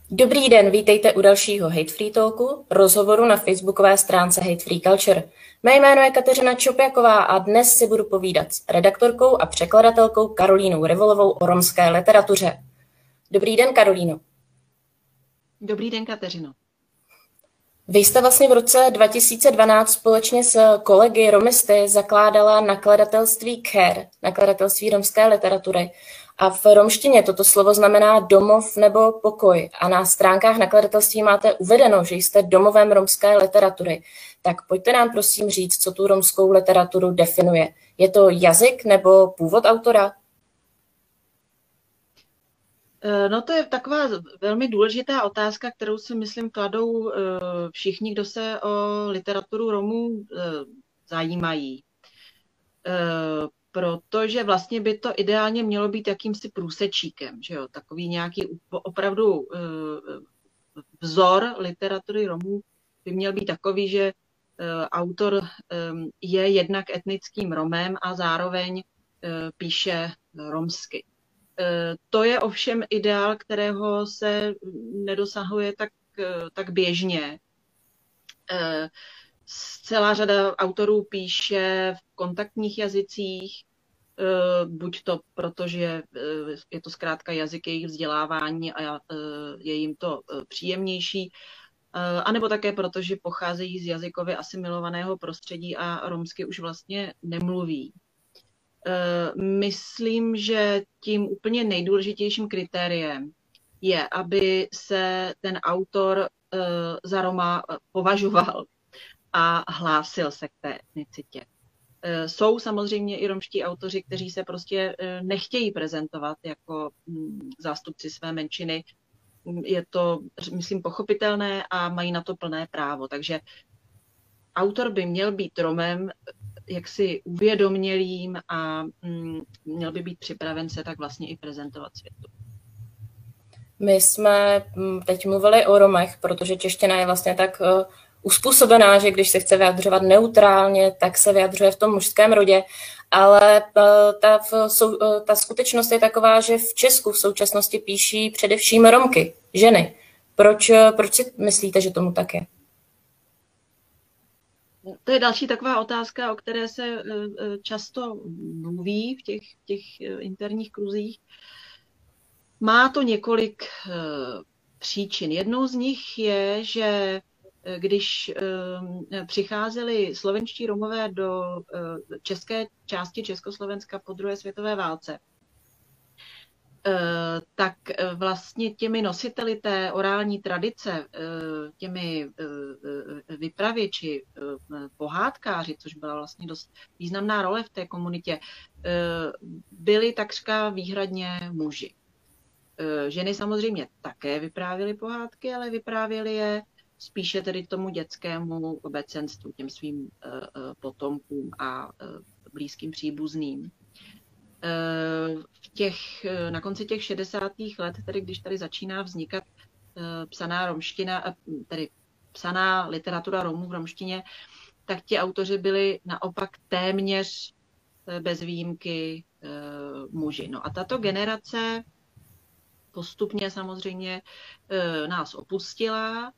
Dobrý den, vítejte u dalšího Hate Free Talku, rozhovoru na facebookové stránce Hate Free Culture. Mé jméno je Kateřina Čopjaková a dnes si budu povídat s redaktorkou a překladatelkou Karolínou Rivolovou o romské literatuře. Dobrý den, Karolíno. Dobrý den, Kateřino. Vy jste vlastně v roce 2012 společně s kolegy romisty zakládala nakladatelství KHER, nakladatelství romské literatury. A v romštině toto slovo znamená domov nebo pokoj. A na stránkách nakladatelství máte uvedeno, že jste domovem romské literatury. Tak pojďte nám prosím říct, co tu romskou literaturu definuje. Je to jazyk nebo původ autora? No to je taková velmi důležitá otázka, kterou si myslím kladou všichni, kdo se o literaturu Romů zajímají. Protože vlastně by to ideálně mělo být jakýmsi průsečíkem, že jo? Takový nějaký opravdu vzor literatury Romů by měl být takový, že autor je jednak etnickým Romem a zároveň píše romsky. To je ovšem ideál, kterého se nedosahuje tak běžně. Celá řada autorů píše v kontaktních jazycích, buď to proto, že je to zkrátka jazyk jejich vzdělávání a je jim to příjemnější, anebo také proto, že pocházejí z jazykově asimilovaného prostředí a romsky už vlastně nemluví. Myslím, že tím úplně nejdůležitějším kritériem je, aby se ten autor za Roma považoval a hlásil se k té etnicitě. Jsou samozřejmě i romští autoři, kteří se prostě nechtějí prezentovat jako zástupci své menšiny. Je to, myslím, pochopitelné a mají na to plné právo. Takže autor by měl být Romem jaksi uvědomělým a měl by být připraven se tak vlastně i prezentovat světu. My jsme teď mluvili o Romech, protože čeština je vlastně tak uspůsobená, že když se chce vyjadřovat neutrálně, tak se vyjadřuje v tom mužském rodě, ale ta skutečnost je taková, že v Česku v současnosti píší především Romky, ženy. Proč si myslíte, že tomu tak je? To je další taková otázka, o které se často mluví v těch interních kruzích. Má to několik příčin. Jednou z nich je, že když přicházeli slovenští Romové do české části Československa po druhé světové válce, tak vlastně těmi nositeli té orální tradice, těmi vypravěči, pohádkáři, což byla vlastně dost významná role v té komunitě, byli takřka výhradně muži. Ženy samozřejmě také vyprávěly pohádky, ale vyprávěly je spíše tedy tomu dětskému obecenstvu, těm svým potomkům a blízkým příbuzným. Na konci těch 60. let, tedy když tady začíná vznikat psaná romština, tedy psaná literatura Romů v romštině, tak ti autoři byli naopak téměř bez výjimky muži. No a tato generace postupně samozřejmě nás opustila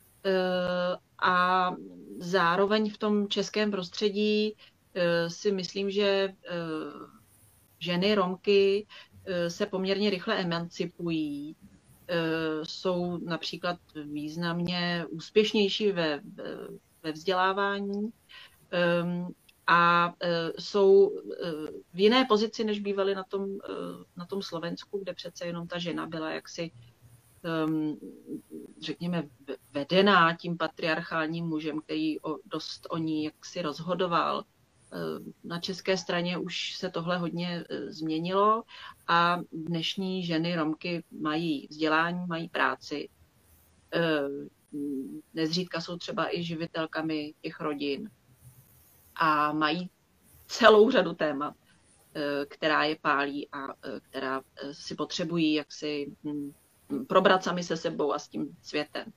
a zároveň v tom českém prostředí si myslím, že ženy Romky se poměrně rychle emancipují, jsou například významně úspěšnější ve vzdělávání a jsou v jiné pozici, než bývaly na tom Slovensku, kde přece jenom ta žena byla jaksi, řekněme, vedená tím patriarchálním mužem, který dost o ní jaksi rozhodoval. Na české straně už se tohle hodně změnilo a dnešní ženy Romky mají vzdělání, mají práci. Nezřídka jsou třeba i živitelkami těch rodin a mají celou řadu témat, která je pálí a která si potřebují jaksi probrat sami se sebou a s tím světem.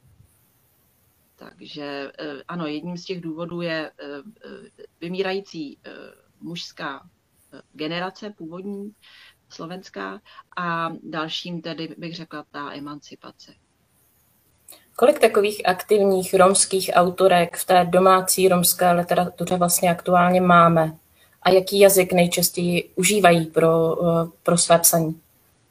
Takže ano, jedním z těch důvodů je vymírající mužská generace, původní slovenská, a dalším tedy bych řekla ta emancipace. Kolik takových aktivních romských autorek v té domácí romské literatuře vlastně aktuálně máme? A jaký jazyk nejčastěji užívají pro své psaní?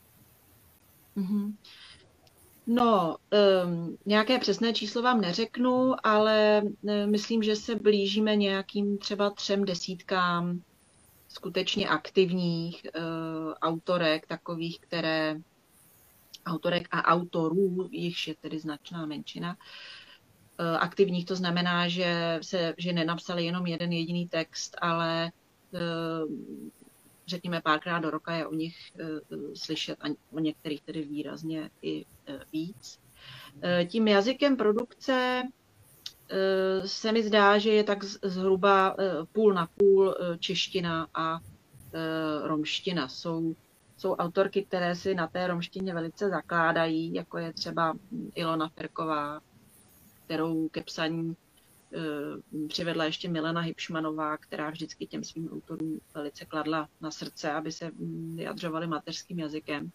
No, nějaké přesné číslo vám neřeknu, ale myslím, že se blížíme nějakým třeba 3 desítkám skutečně aktivních autorek, takových, autorek a autorů, jichž je tedy značná menšina, aktivních, to znamená, že nenapsali jenom jeden jediný text, ale řekněme párkrát do roka je o nich slyšet a o některých tedy výrazně i víc. Tím jazykem produkce se mi zdá, že je tak zhruba půl na půl čeština a romština. Jsou autorky, které si na té romštině velice zakládají, jako je třeba Ilona Ferková, kterou ke psaní přivedla ještě Milena Hybšmanová, která vždycky těm svým autorům velice kladla na srdce, aby se vyjadřovali mateřským jazykem.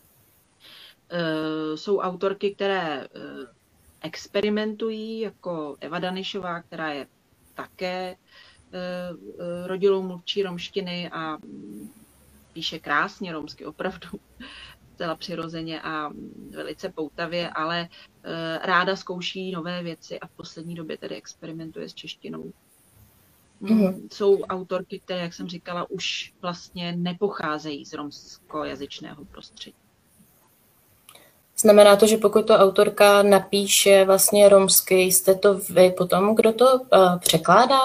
Jsou autorky, které experimentují, jako Eva Danišová, která je také rodilou mluvčí romštiny a píše krásně romsky, opravdu zcela přirozeně a velice poutavě, ale ráda zkouší nové věci a v poslední době tedy experimentuje s češtinou. Jsou autorky, které, jak jsem říkala, už vlastně nepocházejí z romskojazyčného prostředí. Znamená to, že pokud to autorka napíše vlastně romsky, jste to vy potom, kdo to překládá?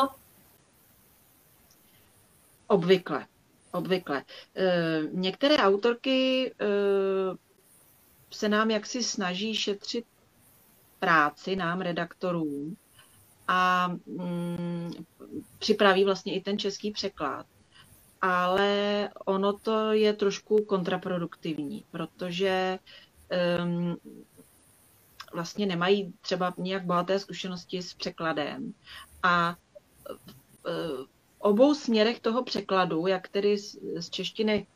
Obvykle. Některé autorky se nám jaksi snaží šetřit práci, nám redaktorům, a připraví vlastně i ten český překlad. Ale ono to je trošku kontraproduktivní, protože vlastně nemají třeba nějak bohaté zkušenosti s překladem. A v obou směrech toho překladu, jak tedy z češtiny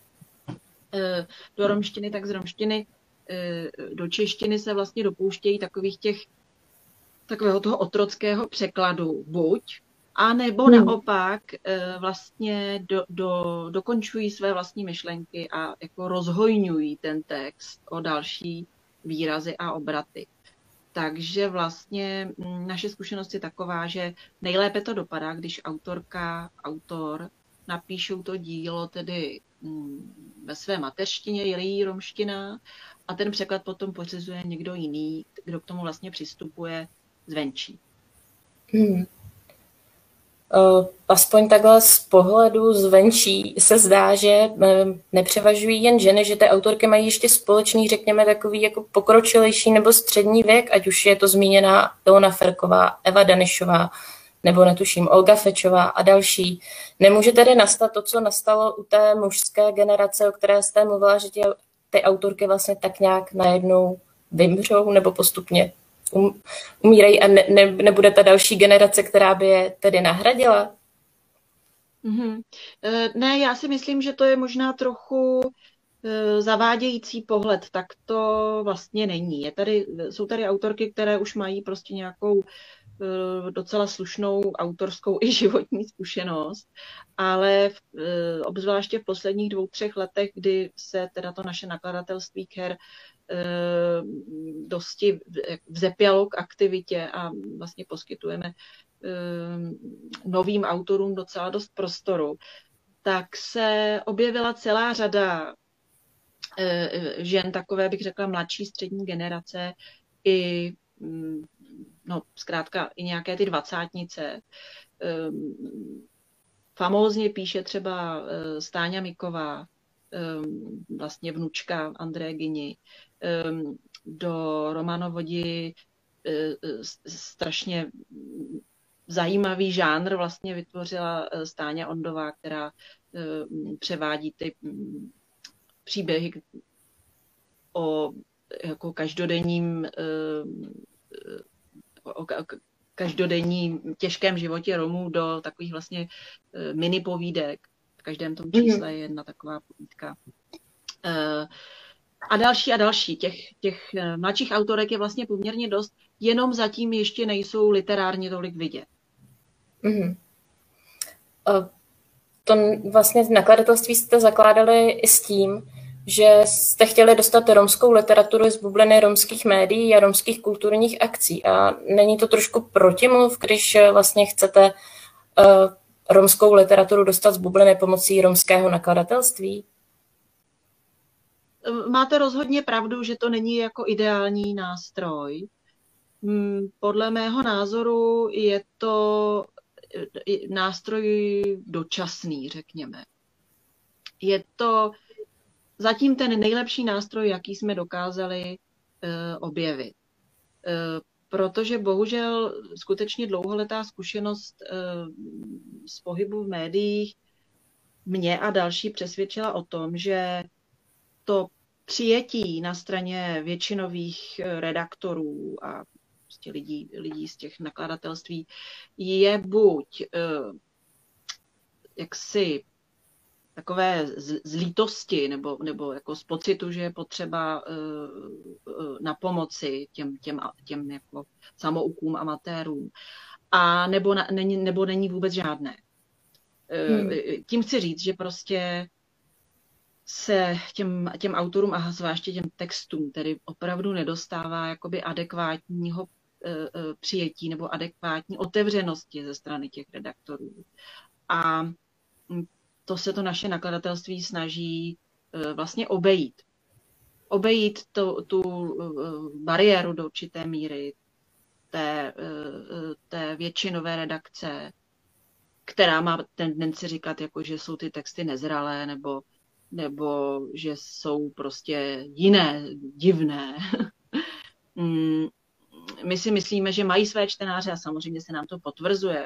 do romštiny, tak z romštiny do češtiny se vlastně dopouštějí takového toho otrockého překladu buď, a nebo naopak vlastně dokončují své vlastní myšlenky a jako rozhojňují ten text o další výrazy a obraty. Takže vlastně naše zkušenost je taková, že nejlépe to dopadá, když autor napíšou to dílo tedy ve své mateřštině, je romština, a ten překlad potom pořizuje někdo jiný, kdo k tomu vlastně přistupuje zvenčí. Aspoň takhle z pohledu zvenčí se zdá, že nepřevažují jen ženy, že ty autorky mají ještě společný, řekněme, takový jako pokročilejší nebo střední věk, ať už je to zmíněná Ilona Ferková, Eva Danišová, nebo netuším Olga Fečová a další. Nemůže tedy nastat to, co nastalo u té mužské generace, o které jste mluvila, že ty autorky vlastně tak nějak najednou vymřou nebo postupně umírají a nebude ta další generace, která by je tedy nahradila? Ne, já si myslím, že to je možná trochu zavádějící pohled, tak to vlastně není. Jsou tady autorky, které už mají prostě nějakou docela slušnou autorskou i životní zkušenost, ale obzvláště v posledních 2-3 letech, kdy se teda to naše nakladatelství KER dosti vzepělo k aktivitě a vlastně poskytujeme novým autorům docela dost prostoru, tak se objevila celá řada žen, takové bych řekla mladší střední generace, i zkrátka i nějaké ty dvacátnice. Famózně píše třeba Stáňa Miková, vlastně vnučka Andreje Gyni. Do Romanovodi strašně zajímavý žánr vlastně vytvořila Stáňa Ondová, která převádí ty příběhy o jako každodenním těžkém životě Romů do takových vlastně mini povídek. V každém tom čísle je jedna taková povídka. a další a další. Těch mladších autorek je vlastně poměrně dost, jenom zatím ještě nejsou literárně tolik vidět. Mm-hmm. To vlastně nakladatelství jste zakládali i s tím, že jste chtěli dostat romskou literaturu z bubliny romských médií a romských kulturních akcí. A není to trošku protimluv, když vlastně chcete romskou literaturu dostat z bubliny pomocí romského nakladatelství? Máte rozhodně pravdu, že to není jako ideální nástroj. Podle mého názoru je to nástroj dočasný, řekněme. Je to zatím ten nejlepší nástroj, jaký jsme dokázali objevit. Protože bohužel skutečně dlouholetá zkušenost z pohybu v médiích mě a další přesvědčila o tom, že to přijetí na straně většinových redaktorů a prostě lidí z těch nakladatelství je buď jaksi takové z lítosti nebo jako z pocitu, že je potřeba na pomoci těm jako samoukům amatérům, a nebo není vůbec žádné. Tím chci říct, že prostě se těm autorům a zvláště těm textům tedy opravdu nedostává jakoby adekvátního přijetí nebo adekvátní otevřenosti ze strany těch redaktorů. A to se to naše nakladatelství snaží vlastně obejít. Obejít tu bariéru do určité míry té většinové redakce, která má tendenci říkat, jako, že jsou ty texty nezralé, nebo že jsou prostě jiné, divné. My si myslíme, že mají své čtenáře a samozřejmě se nám to potvrzuje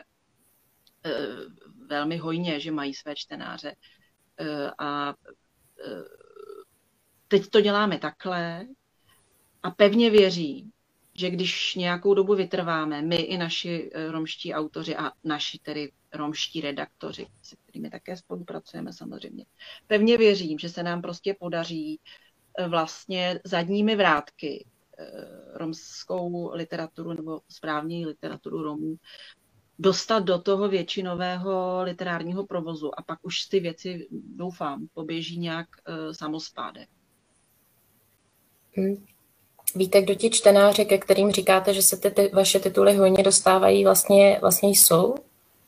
velmi hojně, že mají své čtenáře. A teď to děláme takhle a pevně věřím, že když nějakou dobu vytrváme, my i naši romští autoři a naši tedy romští redaktoři, se kterými také spolupracujeme samozřejmě, pevně věřím, že se nám prostě podaří vlastně zadními vrátky romskou literaturu nebo správní literaturu Romů dostat do toho většinového literárního provozu a pak už ty věci, doufám, poběží nějak samospádem. Víte, kdo ti čtenáři, ke kterým říkáte, že se ty vaše tituly hojně dostávají, vlastně jsou?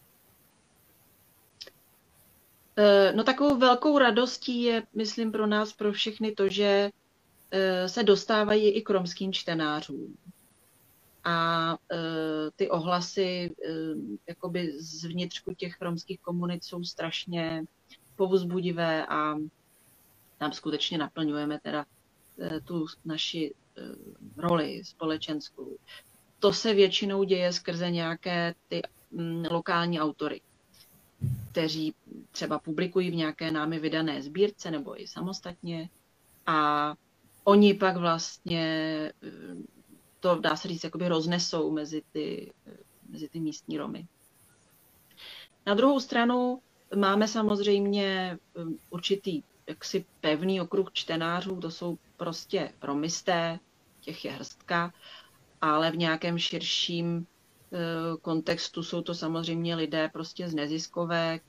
No takovou velkou radostí je, myslím, pro nás, pro všechny to, že se dostávají i k romským čtenářům. A ty ohlasy jakoby z vnitřku těch romských komunit jsou strašně povzbudivé a tam skutečně naplňujeme teda tu naši roli společenskou. To se většinou děje skrze nějaké ty lokální autory, kteří třeba publikují v nějaké námi vydané sbírce nebo i samostatně a oni pak vlastně to, dá se říct, jakoby roznesou mezi ty místní Romy. Na druhou stranu máme samozřejmě určitý jaksi pevný okruh čtenářů, to jsou prostě romisté, těch je hrstka, ale v nějakém širším kontextu jsou to samozřejmě lidé prostě z neziskovek,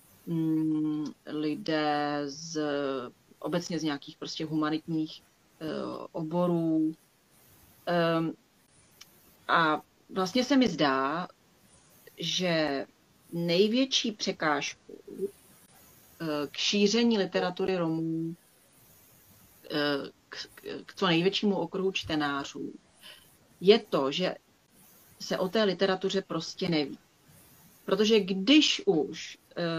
lidé obecně z nějakých prostě humanitních oborů. A vlastně se mi zdá, že největší překážkou k šíření literatury Romů k co největšímu okruhu čtenářů je to, že se o té literatuře prostě neví. Protože když už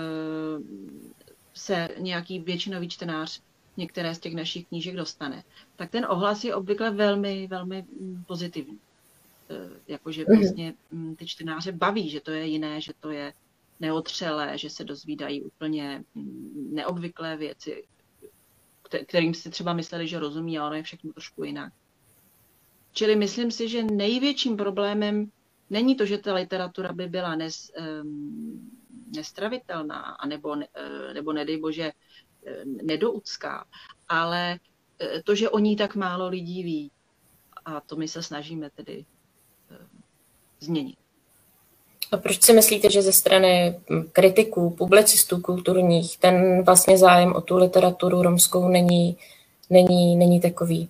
se nějaký většinový čtenář některé z těch našich knížek dostane, tak ten ohlas je obvykle velmi, velmi pozitivní. Jakože vlastně ty čtenáře baví, že to je jiné, že to je neotřelé, že se dozvídají úplně neobvyklé věci, kterým si třeba mysleli, že rozumí, ale ono je všechno trošku jinak. Čili myslím si, že největším problémem není to, že ta literatura by byla nestravitelná, nebo nedej bože nedoucká, ale to, že o ní tak málo lidí ví. A to my se snažíme tedy změnit. A proč si myslíte, že ze strany kritiků, publicistů kulturních ten vlastně zájem o tu literaturu romskou není takový?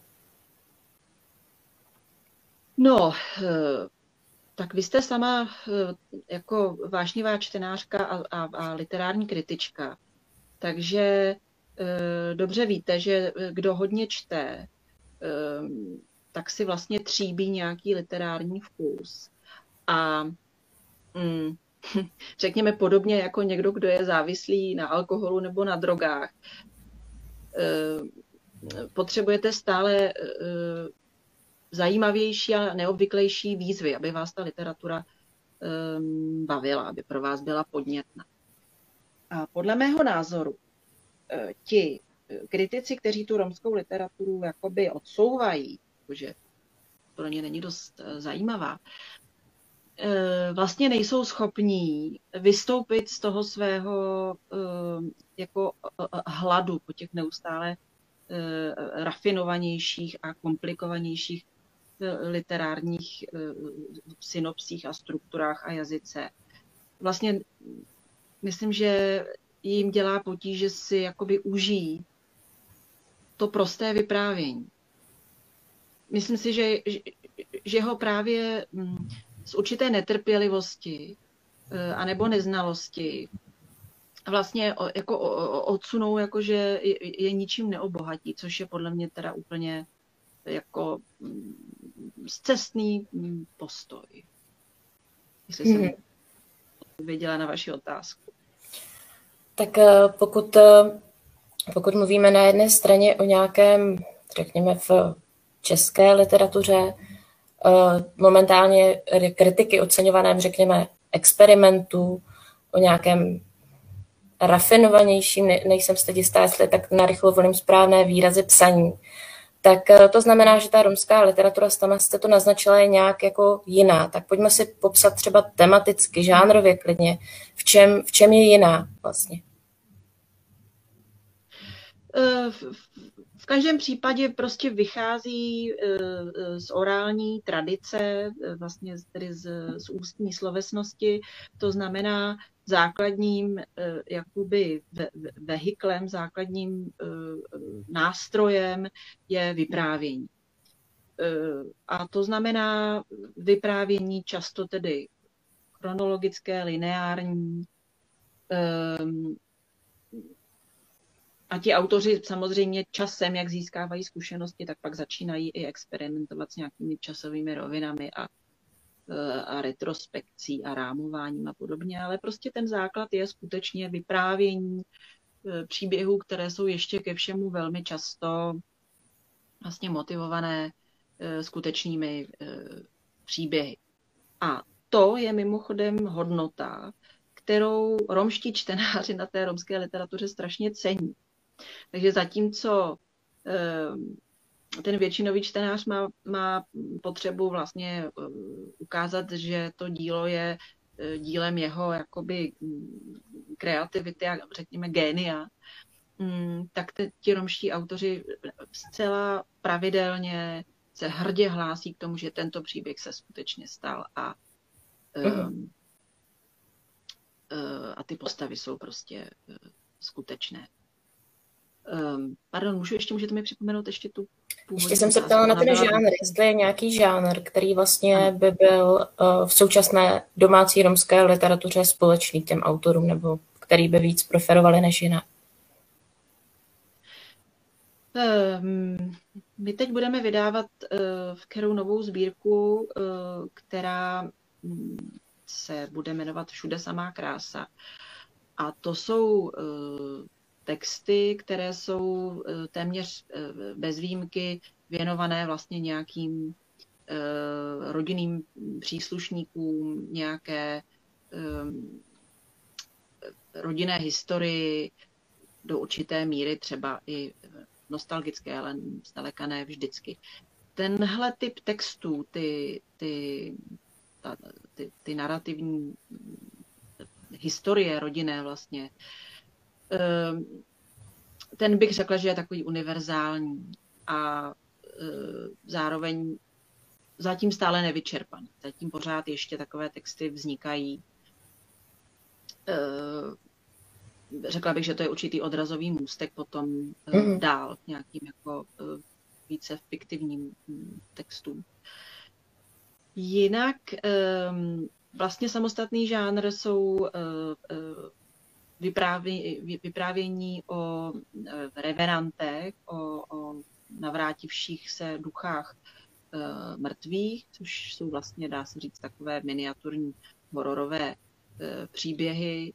No, tak vy jste sama jako vášnivá čtenářka a literární kritička, takže dobře víte, že kdo hodně čte, tak si vlastně tříbí nějaký literární vkus. A řekněme podobně jako někdo, kdo je závislý na alkoholu nebo na drogách, potřebujete stále zajímavější a neobvyklejší výzvy, aby vás ta literatura bavila, aby pro vás byla podnětná. A podle mého názoru ti kritici, kteří tu romskou literaturu jakoby odsouvají, protože pro ně není dost zajímavá, vlastně nejsou schopní vystoupit z toho svého jako hladu po těch neustále rafinovanějších a komplikovanějších literárních synopsích a strukturách a jazyce. Vlastně myslím, že jim dělá potíže si jakoby užijí to prosté vyprávění. Myslím si, že ho právě z určité netrpělivosti anebo neznalosti vlastně jako odsunou, jakože je ničím neobohatí, což je podle mě teda úplně jako scestný postoj. Jestli jsem odpověděla na vaši otázku. Tak pokud mluvíme na jedné straně o nějakém, řekněme, v české literatuře, momentálně kritiky oceňovaném, řekněme, experimentu, o nějakém rafinovanějším, nejsem si teď jistá, jestli tak narychlo volím správné výrazy psaní, tak to znamená, že ta romská literatura, sama jste to naznačila, je nějak jako jiná. Tak pojďme si popsat třeba tematicky, žánrově klidně, v čem je jiná vlastně. V každém případě prostě vychází z orální tradice, vlastně tedy z ústní slovesnosti, to znamená základním jakoby vehiklem, základním nástrojem je vyprávění. A to znamená vyprávění často tedy chronologické, lineární. A ti autoři samozřejmě časem, jak získávají zkušenosti, tak pak začínají i experimentovat s nějakými časovými rovinami a retrospekcí a rámováním a podobně. Ale prostě ten základ je skutečně vyprávění příběhů, které jsou ještě ke všemu velmi často vlastně motivované skutečnými příběhy. A to je mimochodem hodnota, kterou romští čtenáři na té romské literatuře strašně cení. Takže zatímco ten většinový čtenář má potřebu vlastně ukázat, že to dílo je dílem jeho jakoby kreativity a řekněme génia, tak ti romští autoři zcela pravidelně se hrdě hlásí k tomu, že tento příběh se skutečně stal a ty postavy jsou prostě skutečné. Pardon, můžete mi připomenout ještě tu původní Ještě jsem se ptala na ten žánr, jestli je nějaký žánr, který vlastně by byl v současné domácí romské literatuře společný těm autorům, nebo který by víc preferovali než jiné. My teď budeme vydávat v Keru novou sbírku, která se bude jmenovat Všude samá krása. A to jsou texty, které jsou téměř bez výjimky věnované vlastně nějakým rodinným příslušníkům, nějaké rodinné historii, do určité míry třeba i nostalgické, ale zdaleka ne vždycky. Tenhle typ textů, ty narrativní historie rodinné vlastně, ten bych řekla, že je takový univerzální. a zároveň zatím stále nevyčerpaný. Zatím pořád ještě takové texty vznikají. Řekla bych, že to je určitý odrazový můstek potom dál nějakým jako více fiktivním textům. Jinak vlastně samostatný žánr jsou vyprávění o revenantech, o navrátivších se duchách mrtvých, což jsou vlastně, dá se říct, takové miniaturní hororové příběhy.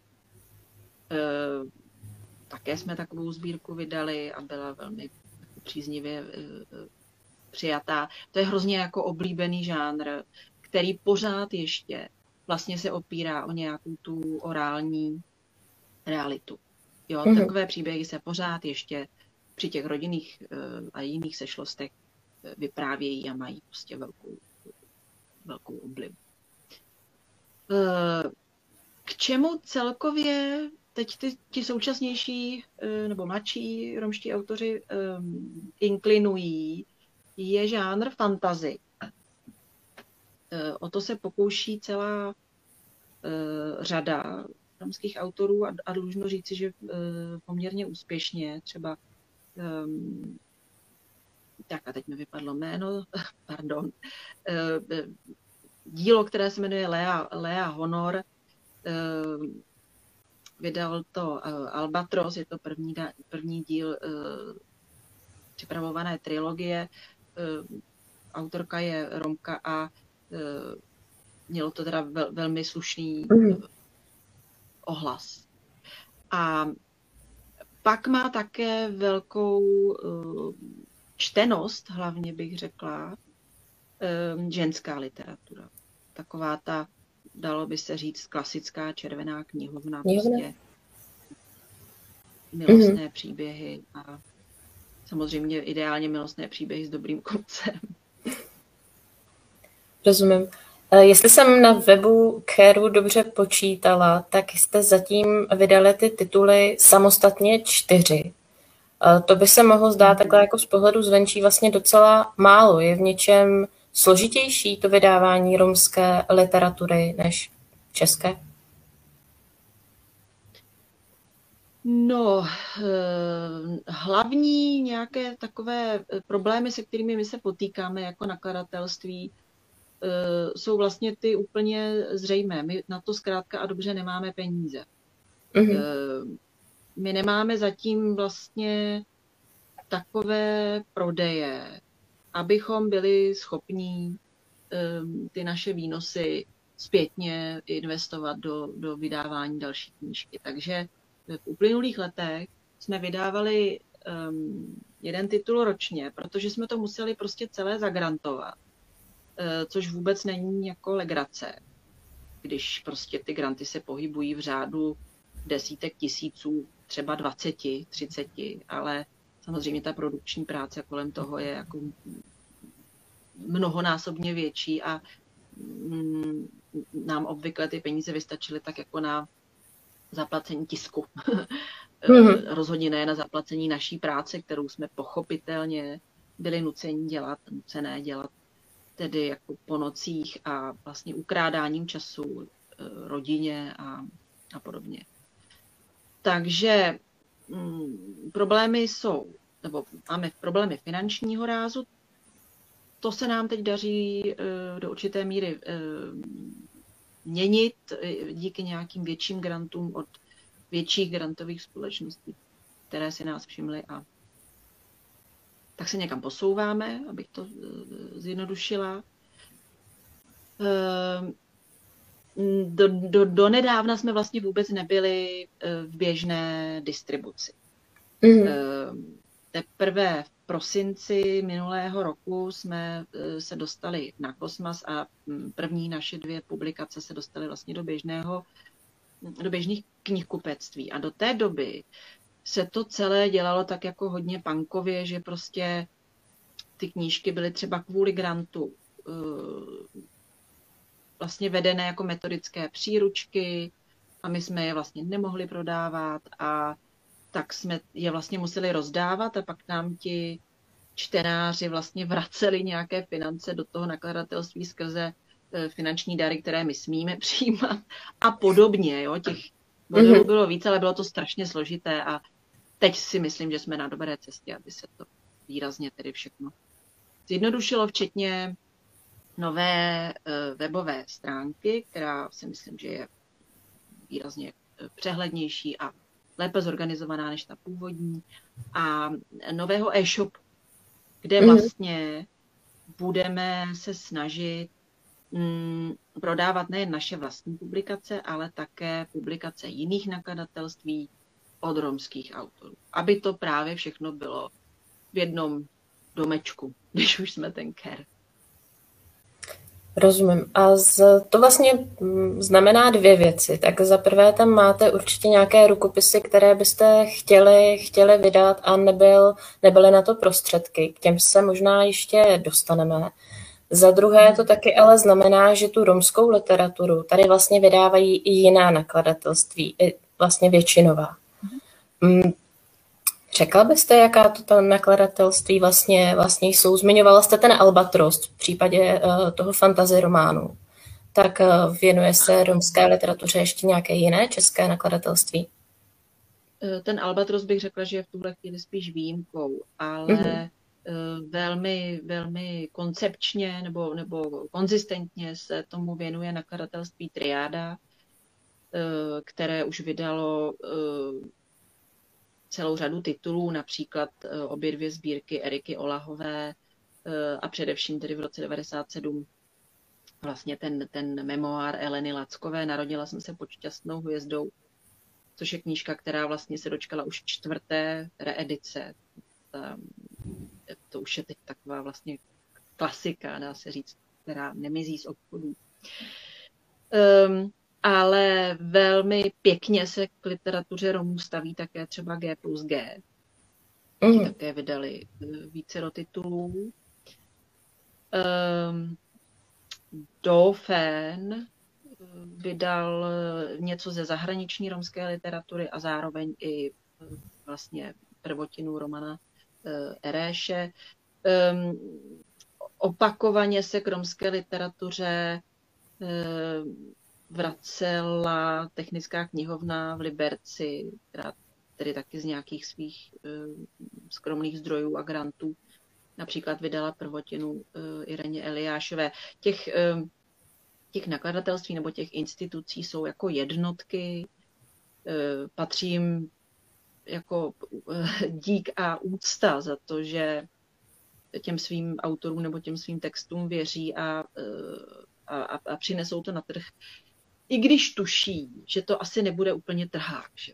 Také jsme takovou sbírku vydali a byla velmi příznivě přijatá. To je hrozně jako oblíbený žánr, který pořád ještě vlastně se opírá o nějakou tu orální realitu. Jo, takové příběhy se pořád ještě při těch rodinných a jiných sešlostech vyprávějí a mají prostě velkou oblibu. K čemu celkově teď ti současnější nebo mladší romští autoři inklinují, je žánr fantasy. O to se pokouší celá řada romských autorů a dlužno říci, že poměrně úspěšně. Třeba tak a teď mi vypadlo jméno, pardon. Dílo, které se jmenuje Lea Honor, vydal to Albatros, je to první díl připravované trilogie. Autorka je Romka a mělo to teda velmi slušný ohlas. A pak má také velkou čtenost, hlavně bych řekla, ženská literatura. Taková ta, dalo by se říct, klasická červená knihovna. Prostě milostné příběhy a samozřejmě ideálně milostné příběhy s dobrým koncem. Rozumím. Jestli jsem na webu Caru dobře počítala, tak jste zatím vydali ty tituly samostatně 4. To by se mohlo zdát takhle jako z pohledu zvenčí vlastně docela málo. Je v něčem složitější to vydávání romské literatury než české? No, hlavní nějaké takové problémy, se kterými my se potýkáme jako nakladatelství, jsou vlastně ty úplně zřejmé. My na to zkrátka a dobře nemáme peníze. My nemáme zatím vlastně takové prodeje, abychom byli schopní ty naše výnosy zpětně investovat do vydávání další knížky. Takže v uplynulých letech jsme vydávali jeden titul ročně, protože jsme to museli prostě celé zagrantovat, což vůbec není jako legrace, když prostě ty granty se pohybují v řádu desítek tisíců, třeba 20, 30, ale samozřejmě ta produkční práce kolem toho je jako mnohonásobně větší a nám obvykle ty peníze vystačily tak jako na zaplacení tisku. Rozhodně ne na zaplacení naší práce, kterou jsme pochopitelně byli nucené dělat tedy jako po nocích a vlastně ukrádáním času rodině a podobně. Takže problémy jsou, nebo máme problémy finančního rázu, to se nám teď daří do určité míry měnit díky nějakým větším grantům od větších grantových společností, které si nás všimly a tak se někam posouváme, abych to zjednodušila. Do nedávna jsme vlastně vůbec nebyli v běžné distribuci. Teprve v prosinci minulého roku jsme se dostali na Kosmas a první naše 2 publikace se dostaly vlastně do běžných knihkupectví. A do té doby se to celé dělalo tak jako hodně punkově, že prostě ty knížky byly třeba kvůli grantu vlastně vedené jako metodické příručky a my jsme je vlastně nemohli prodávat a tak jsme je vlastně museli rozdávat a pak nám ti čtenáři vlastně vraceli nějaké finance do toho nakladatelství skrze finanční dary, které my smíme přijímat a podobně. Jo? Těch modelů bylo víc, ale bylo to strašně složité a teď si myslím, že jsme na dobré cestě, aby se to výrazně tedy všechno zjednodušilo, včetně nové webové stránky, která si myslím, že je výrazně přehlednější a lépe zorganizovaná než ta původní, a nového e-shopu, kde vlastně budeme se snažit prodávat nejen naše vlastní publikace, ale také publikace jiných nakladatelství od romských autorů. Aby to právě všechno bylo v jednom domečku, když už jsme ten KER. Rozumím. A to vlastně znamená dvě věci. Tak za prvé tam máte určitě nějaké rukopisy, které byste chtěli vydat a nebyly na to prostředky. K těm se možná ještě dostaneme. Za druhé to taky ale znamená, že tu romskou literaturu tady vlastně vydávají i jiná nakladatelství, i vlastně většinová. Řekla byste, jaká to tam nakladatelství vlastně jsou? Zmiňovala jste ten Albatros v případě toho fantasy románu. Tak věnuje se romské literatuře ještě nějaké jiné české nakladatelství? Ten Albatros bych řekla, že je v tuhle chvíli spíš výjimkou, ale velmi, velmi koncepčně nebo konzistentně se tomu věnuje nakladatelství Triáda, které už vydalo celou řadu titulů, například obě dvě sbírky Eriky Olahové a především tedy v roce 1997 vlastně ten memoár Eleny Lackové Narodila jsem se pod šťastnou hvězdou, což je knížka, která vlastně se dočkala už 4. reedice. To už je teď taková vlastně klasika, dá se říct, která nemizí z obchodů. Ale velmi pěkně se k literatuře Romů staví také třeba G+G. Také vydali vícero titulů. Dauphin vydal něco ze zahraniční romské literatury a zároveň i vlastně prvotinu Romana Eréše. Opakovaně se k romské literatuře vracela Technická knihovna v Liberci, která tedy taky z nějakých svých skromných zdrojů a grantů například vydala prvotinu Ireně Eliášové. Těch nakladatelství nebo těch institucí jsou jako jednotky, patří jim jako dík a úcta za to, že těm svým autorům nebo těm svým textům věří a přinesou to na trh. I když tuší, že to asi nebude úplně trhák. Že?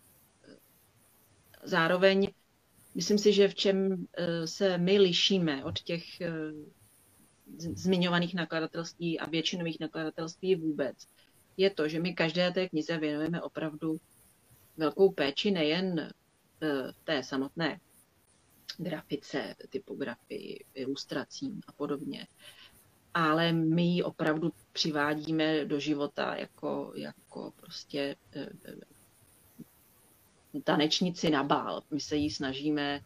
Zároveň myslím si, že v čem se my lišíme od těch zmiňovaných nakladatelství a většinových nakladatelství vůbec, je to, že my každé té knize věnujeme opravdu velkou péči nejen té samotné grafice, typografii, ilustracím a podobně, ale my ji opravdu přivádíme do života jako prostě tanečnici na bál. My se jí snažíme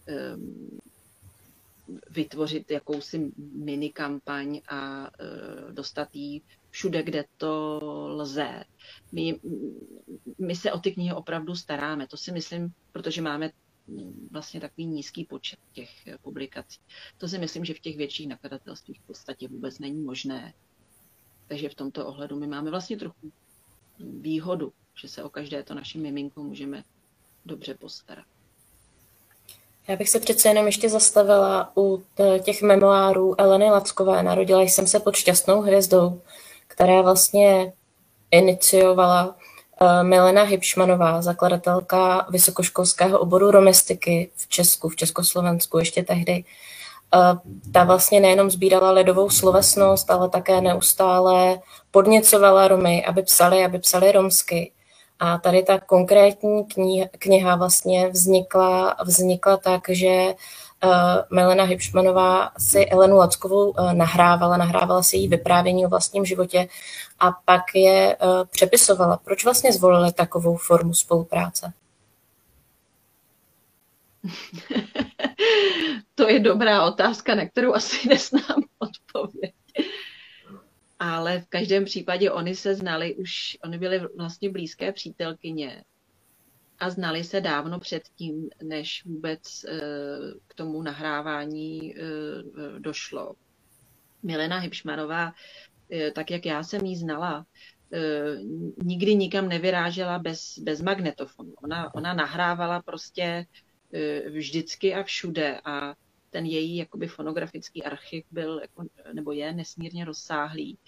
vytvořit jakousi mini kampaň a dostat jí všude, kde to lze. My se o ty knihy opravdu staráme. To si myslím, protože máme vlastně takový nízký počet těch publikací. To si myslím, že v těch větších nakladatelstvích v podstatě vůbec není možné. Takže v tomto ohledu my máme vlastně trochu výhodu, že se o každé to naše miminko můžeme dobře postarat. Já bych se přece jenom ještě zastavila u těch memoárů Eleny Lackové. Narodila jsem se pod šťastnou hvězdou, která vlastně iniciovala Milena Hybšmanová, zakladatelka vysokoškolského oboru romistiky v Česku, v Československu ještě tehdy. Ta vlastně nejenom sbírala lidovou slovesnost, ale také neustále podněcovala Romy, aby psali romsky. A tady ta konkrétní kniha vlastně vznikla tak, že Milena Hybšmanová si Elenu Lackovou nahrávala si její vyprávění o vlastním životě a pak je přepisovala. Proč vlastně zvolili takovou formu spolupráce? to je dobrá otázka, na kterou asi neznám odpověď. Ale v každém případě oni se znali už, oni byly vlastně blízké přítelkyně a znali se dávno předtím, než vůbec k tomu nahrávání došlo. Milena Hibšmanová, tak jak já jsem ji znala, nikdy nikam nevyrážela bez magnetofonu. Ona nahrávala prostě vždycky a všude a ten její jakoby fonografický archiv byl, nebo je nesmírně rozsáhlý.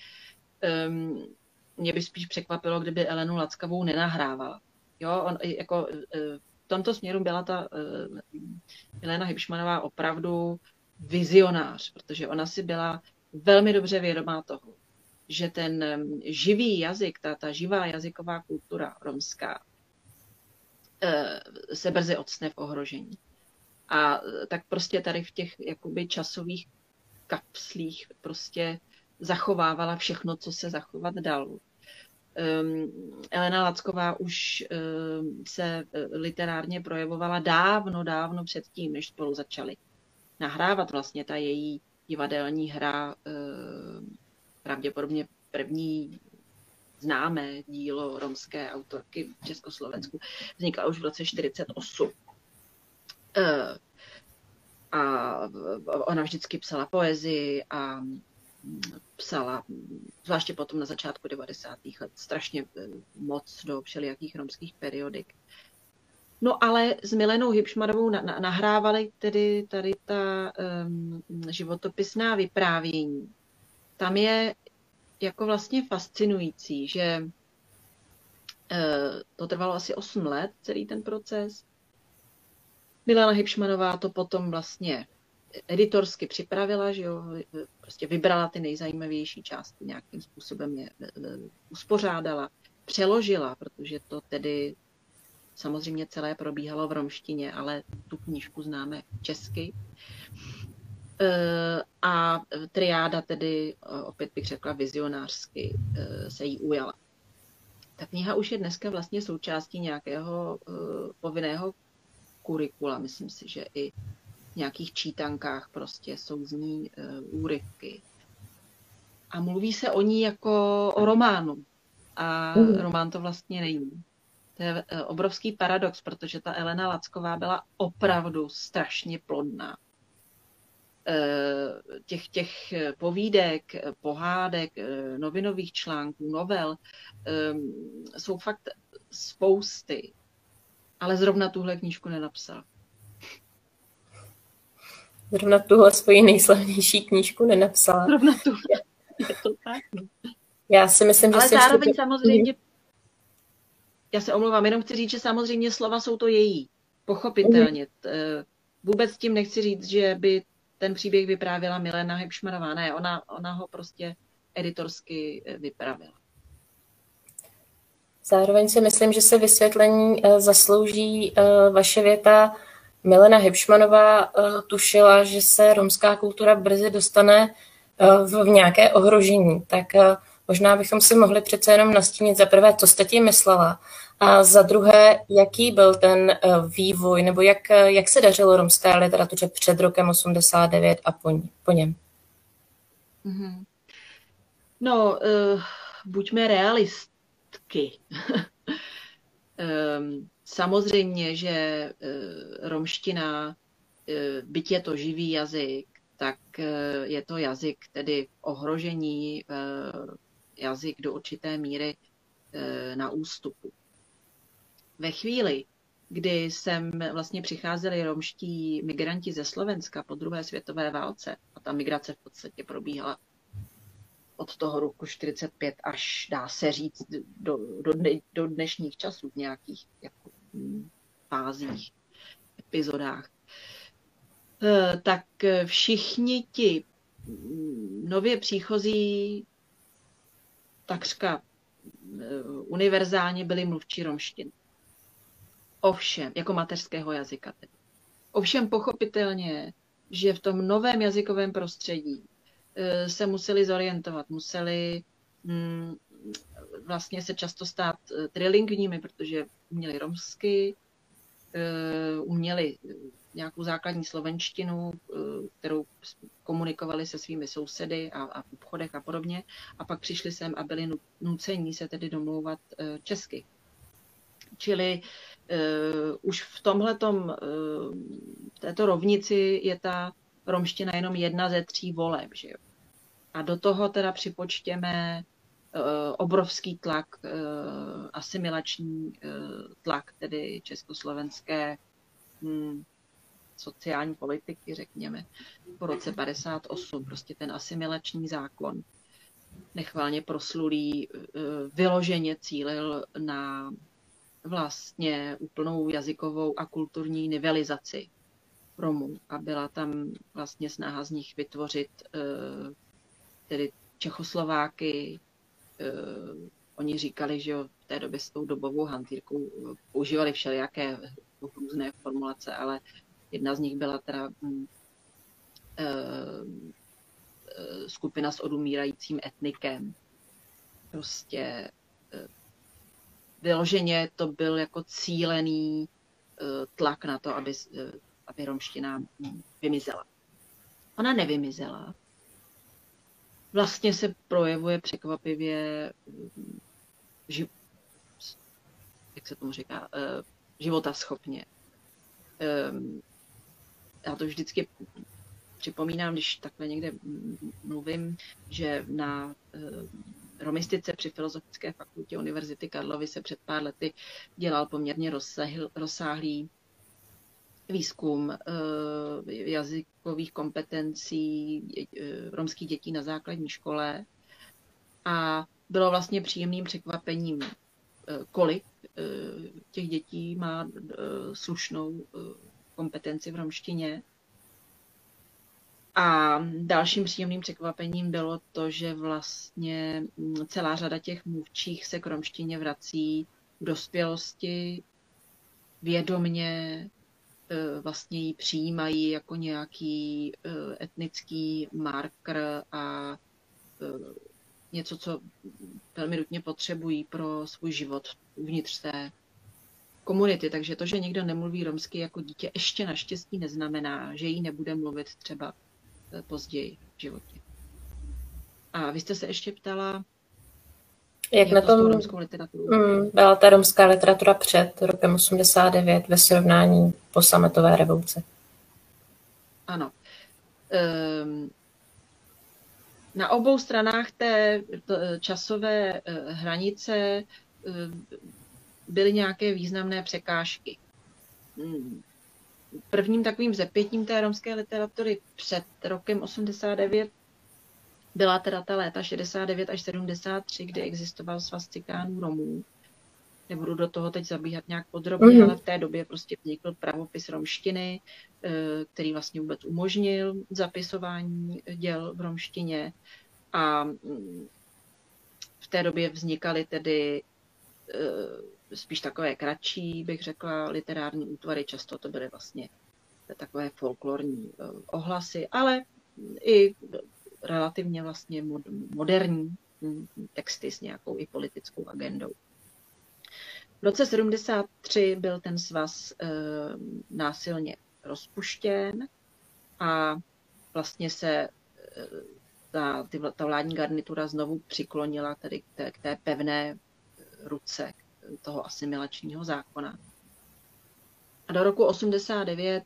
Mě by spíš překvapilo, kdyby Elenu Lackavou nenahrávala. Jo, v tomto směru byla ta Milena Hibšmanová opravdu vizionář, protože ona si byla velmi dobře vědomá toho, že ten živý jazyk, ta živá jazyková kultura romská se brzy octne v ohrožení. A tak prostě tady v těch jakoby časových kapslích prostě zachovávala všechno, co se zachovat dalo. Elena Lacková už se literárně projevovala dávno předtím, než spolu začali nahrávat. Vlastně ta její divadelní hra, pravděpodobně první známé dílo romské autorky v Československu, vznikla už v roce 1948. A ona vždycky psala poezii a psala, zvláště potom na začátku 90. let, strašně moc do všelijakých romských periodik. No ale s Milenou Hibšmanovou nahrávali tedy tady ta životopisná vyprávění. Tam je jako vlastně fascinující, že to trvalo asi 8 let, celý ten proces. Milena Hibšmanová to potom vlastně editorsky připravila, že jo, prostě vybrala ty nejzajímavější části, nějakým způsobem je uspořádala, přeložila, protože to tedy samozřejmě celé probíhalo v romštině, ale tu knížku známe česky. A triáda tedy, opět bych řekla vizionářsky, se jí ujala. Ta kniha už je dneska vlastně součástí nějakého povinného kurikula. Myslím si, že i v nějakých čítankách prostě jsou z ní úryvky. A mluví se o ní jako o románu. A román to vlastně není. To je obrovský paradox, protože ta Elena Lacková byla opravdu strašně plodná. Těch povídek, pohádek, novinových článků, novel jsou fakt spousty. Ale zrovna tuhle knížku nenapsal. Zrovna tuhle svoji nejslavnější knížku nenapsala. Zrovna tuhle. Je to tak. Já si myslím, že ale zároveň samozřejmě, já se omlouvám, jenom chci říct, že samozřejmě slova jsou to její. Pochopitelně. Vůbec tím nechci říct, že by ten příběh vyprávěla Milena Hibšmanová. Ne, ona ho prostě editorsky vypravila. Zároveň si myslím, že se vysvětlení zaslouží vaše věta. Milena Hibšmanová tušila, že se romská kultura brzy dostane v nějaké ohrožení. Tak možná bychom si mohli přece jenom nastínit za prvé, co jste tím myslela, a za druhé, jaký byl ten vývoj, nebo jak se dařilo romské literatuře před rokem 89 a po něm? No, buďme realistky. Samozřejmě, že romština, byť je to živý jazyk, tak je to jazyk tedy ohrožení, jazyk do určité míry na ústupu. Ve chvíli, kdy sem vlastně přicházeli romští migranti ze Slovenska po druhé světové válce, a ta migrace v podstatě probíhala od toho roku 45 až, dá se říct, do dnešních časů v nějakých jako, fázích, epizodách, tak všichni ti nově příchozí takřka univerzálně byli mluvčí romštiny. Ovšem, jako mateřského jazyka. Tedy. Ovšem pochopitelně, že v tom novém jazykovém prostředí se museli zorientovat, museli vlastně se často stát trilingvními, protože uměli romsky, uměli nějakou základní slovenštinu, kterou komunikovali se svými sousedy a v obchodech a podobně. A pak přišli sem a byli nuceni se tedy domlouvat česky. Čili už v tomhletom, této rovnici je ta romština jenom jedna ze 3 voleb. Že jo? A do toho teda připočtěme obrovský tlak, asimilační tlak, tedy československé sociální politiky, řekněme, po roce 58. Prostě ten asimilační zákon nechvalně proslulý, vyloženě cílil na vlastně úplnou jazykovou a kulturní nivelizaci Romů a byla tam vlastně snaha z nich vytvořit tedy Čechoslováky. Oni říkali, že v té době s tou dobovou hantýrkou používali všelijaké různé formulace, ale jedna z nich byla teda skupina s odumírajícím etnikem. Prostě vyloženě to byl jako cílený tlak na to, aby romština vymizela. Ona nevymizela. Vlastně se projevuje překvapivě, jak se tomu říká, životaschopně. Já to vždycky připomínám, když takhle někde mluvím, že na romistice při Filozofické fakultě Univerzity Karlovy se před pár lety dělal poměrně rozsáhlý výzkum jazykových kompetencí romských dětí na základní škole a bylo vlastně příjemným překvapením, kolik těch dětí má slušnou kompetenci v romštině. A dalším příjemným překvapením bylo to, že vlastně celá řada těch mluvčích se k romštině vrací v dospělosti vědomně, vlastně ji přijímají jako nějaký etnický marker a něco, co velmi nutně potřebují pro svůj život uvnitř té komunity. Takže to, že někdo nemluví romsky jako dítě, ještě naštěstí neznamená, že jí nebude mluvit třeba později v životě. A vy jste se ještě ptala, jak na tom romskou literaturu. Byla ta romská literatura před rokem 89 ve srovnání po sametové revoluci. Ano. Na obou stranách té časové hranice byly nějaké významné překážky. Prvním takovým zepětím té romské literatury před rokem 89 byla teda ta léta 69 až 73, kdy existoval svaz cikánů Romů. Nebudu do toho teď zabíhat nějak podrobně, ale v té době prostě vznikl pravopis romštiny, který vlastně vůbec umožnil zapisování děl v romštině. A v té době vznikaly tedy spíš takové kratší, bych řekla, literární útvary. Často to byly vlastně takové folklorní ohlasy, ale i relativně vlastně moderní texty s nějakou i politickou agendou. V roce 73 byl ten svaz násilně rozpuštěn a vlastně se ta vládní garnitura znovu přiklonila tedy k té pevné ruce toho asimilačního zákona. A do roku 89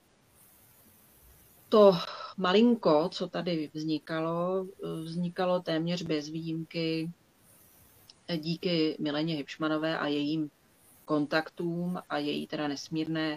to malinko, co tady vznikalo téměř bez výjimky díky Mileně Hybšmanové a jejím kontaktům a její teda nesmírné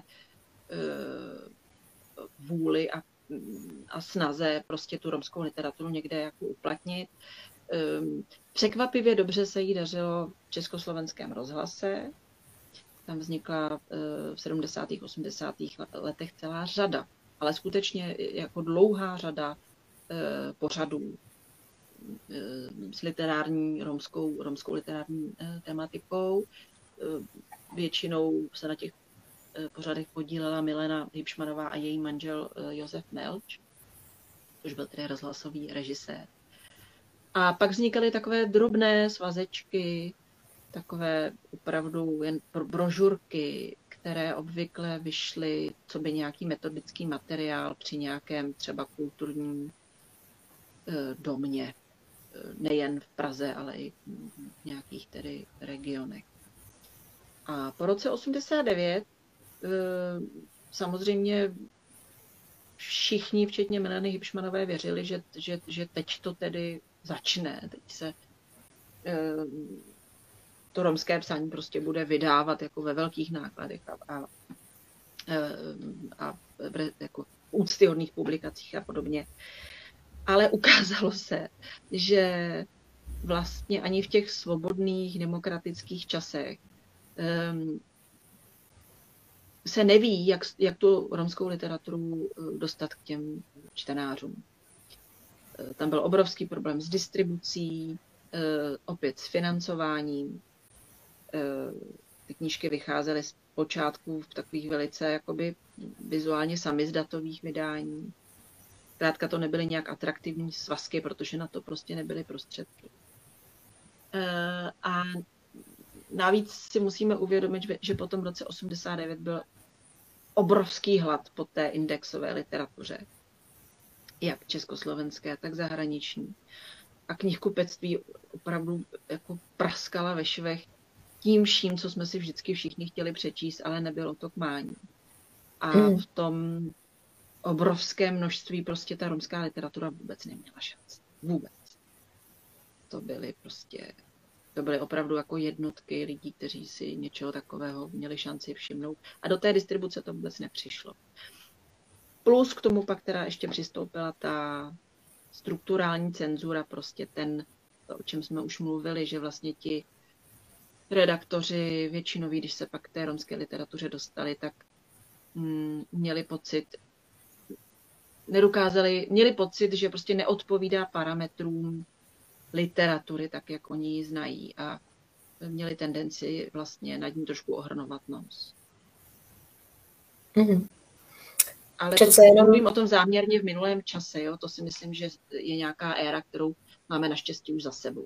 vůli a snaze prostě tu romskou literaturu někde jako uplatnit. Překvapivě dobře se jí dařilo v Československém rozhlase. Tam vznikla v 70. 80. letech celá řada, ale skutečně jako dlouhá řada pořadů s literární, romskou literární tematikou. Většinou se na těch pořadech podílela Milena Hybšmanová a její manžel Josef Melč, což byl tedy rozhlasový režisér. A pak vznikaly takové drobné svazečky, takové opravdu jen brožurky, které obvykle vyšly, co by nějaký metodický materiál při nějakém třeba kulturním domě, nejen v Praze, ale i v nějakých tedy regionech. A po roce 89 samozřejmě všichni, včetně Melanie Hipšmanové, věřili, že teď to tedy začne. Teď se to romské psaní prostě bude vydávat jako ve velkých nákladech a jako v úctyhodných publikacích a podobně. Ale ukázalo se, že vlastně ani v těch svobodných demokratických časech se neví, jak tu romskou literaturu dostat k těm čtenářům. Tam byl obrovský problém s distribucí, opět s financováním. Ty knížky vycházely z počátku v takových velice jakoby vizuálně samizdatových vydání. Zkrátka to nebyly nějak atraktivní svazky, protože na to prostě nebyly prostředky. A navíc si musíme uvědomit, že po tom roce 89 byl obrovský hlad po té indexové literatuře, jak československé, tak zahraniční. A knihkupectví opravdu jako praskala ve švech tím vším, co jsme si vždycky všichni chtěli přečíst, ale nebylo to k mání. A v tom obrovském množství prostě ta romská literatura vůbec neměla šanci. Vůbec. To byly opravdu jako jednotky lidí, kteří si něčeho takového měli šanci všimnout. A do té distribuce to vůbec nepřišlo. Plus k tomu pak teda ještě přistoupila ta strukturální cenzura, prostě o čem jsme už mluvili, že vlastně ti redaktoři většinoví, když se pak k té romské literatuře dostali, tak měli pocit, že prostě neodpovídá parametrům literatury, tak jak oni ji znají, a měli tendenci vlastně nad ní trošku ohrnovat nos. Ale mluvím o tom záměrně v minulém čase, jo? To si myslím, že je nějaká éra, kterou máme naštěstí už za sebou.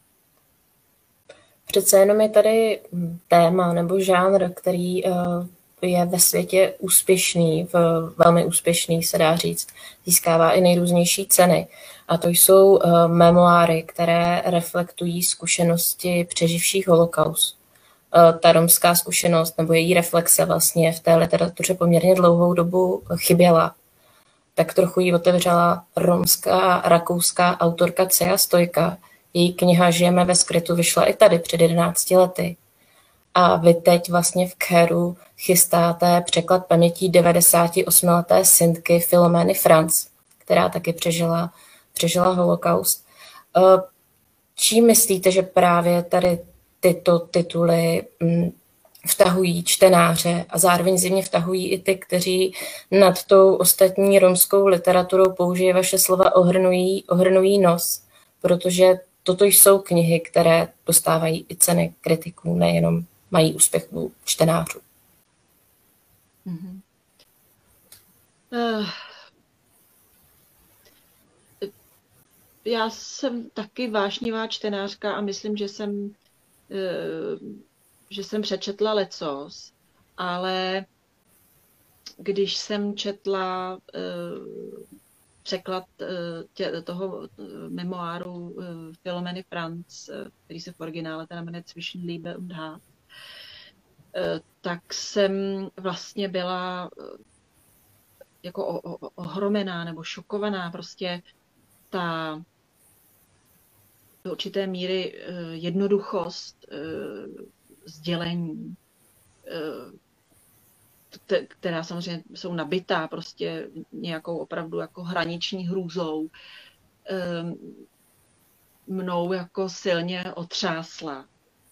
Přece jenom je tady téma nebo žánr, který je ve světě úspěšný, velmi úspěšný, se dá říct, získává i nejrůznější ceny. A to jsou memoáry, které reflektují zkušenosti přeživších holokaust. Ta romská zkušenost nebo její reflexe vlastně v té literatuře poměrně dlouhou dobu chyběla. Tak trochu ji otevřela romská rakouská autorka Ceja Stojka. Její kniha Žijeme ve skrytu vyšla i tady před 11 lety. A vy teď vlastně v Kheru chystáte překlad pamětí 98leté Sindky Filomény Franz, která taky přežila holokaust. Čím myslíte, že právě tady tyto tituly vtahují čtenáře a zároveň zjevně vtahují i ty, kteří nad tou ostatní romskou literaturou, použijí vaše slova, ohrnují nos, protože toto jsou knihy, které dostávají i ceny kritiků, nejenom mají úspěch u čtenářů. Já jsem taky vášnivá čtenářka a myslím, že jsem přečetla lecos, ale když jsem četla překlad toho memoáru Filomény Franz, který se v originále teda jmenuje Zwischen Liebe und Hass, tak jsem vlastně byla jako ohromená nebo šokovaná, prostě ta do určité míry jednoduchost sdělení, která samozřejmě jsou nabitá prostě nějakou opravdu jako hraniční hrůzou, mnou jako silně otřásla.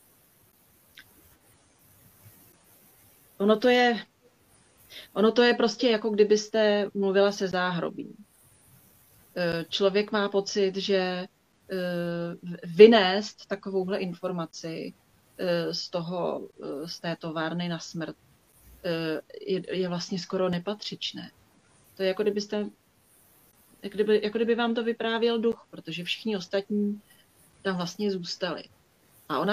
Ono to je prostě jako kdybyste mluvila se záhrobím. Člověk má pocit, že vynést takovouhle informaci z té továrny na smrt je vlastně skoro nepatřičné. To je jako kdyby vám to vyprávěl duch, protože všichni ostatní tam vlastně zůstali. A ona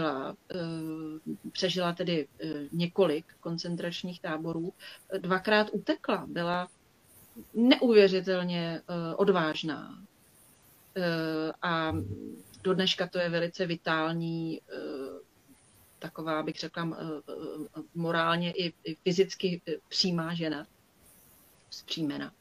přežila tedy několik koncentračních táborů, dvakrát utekla, byla neuvěřitelně odvážná. A do dneška to je velice vitální, taková, bych řekla, morálně i fyzicky přímá žena, vzpřímená.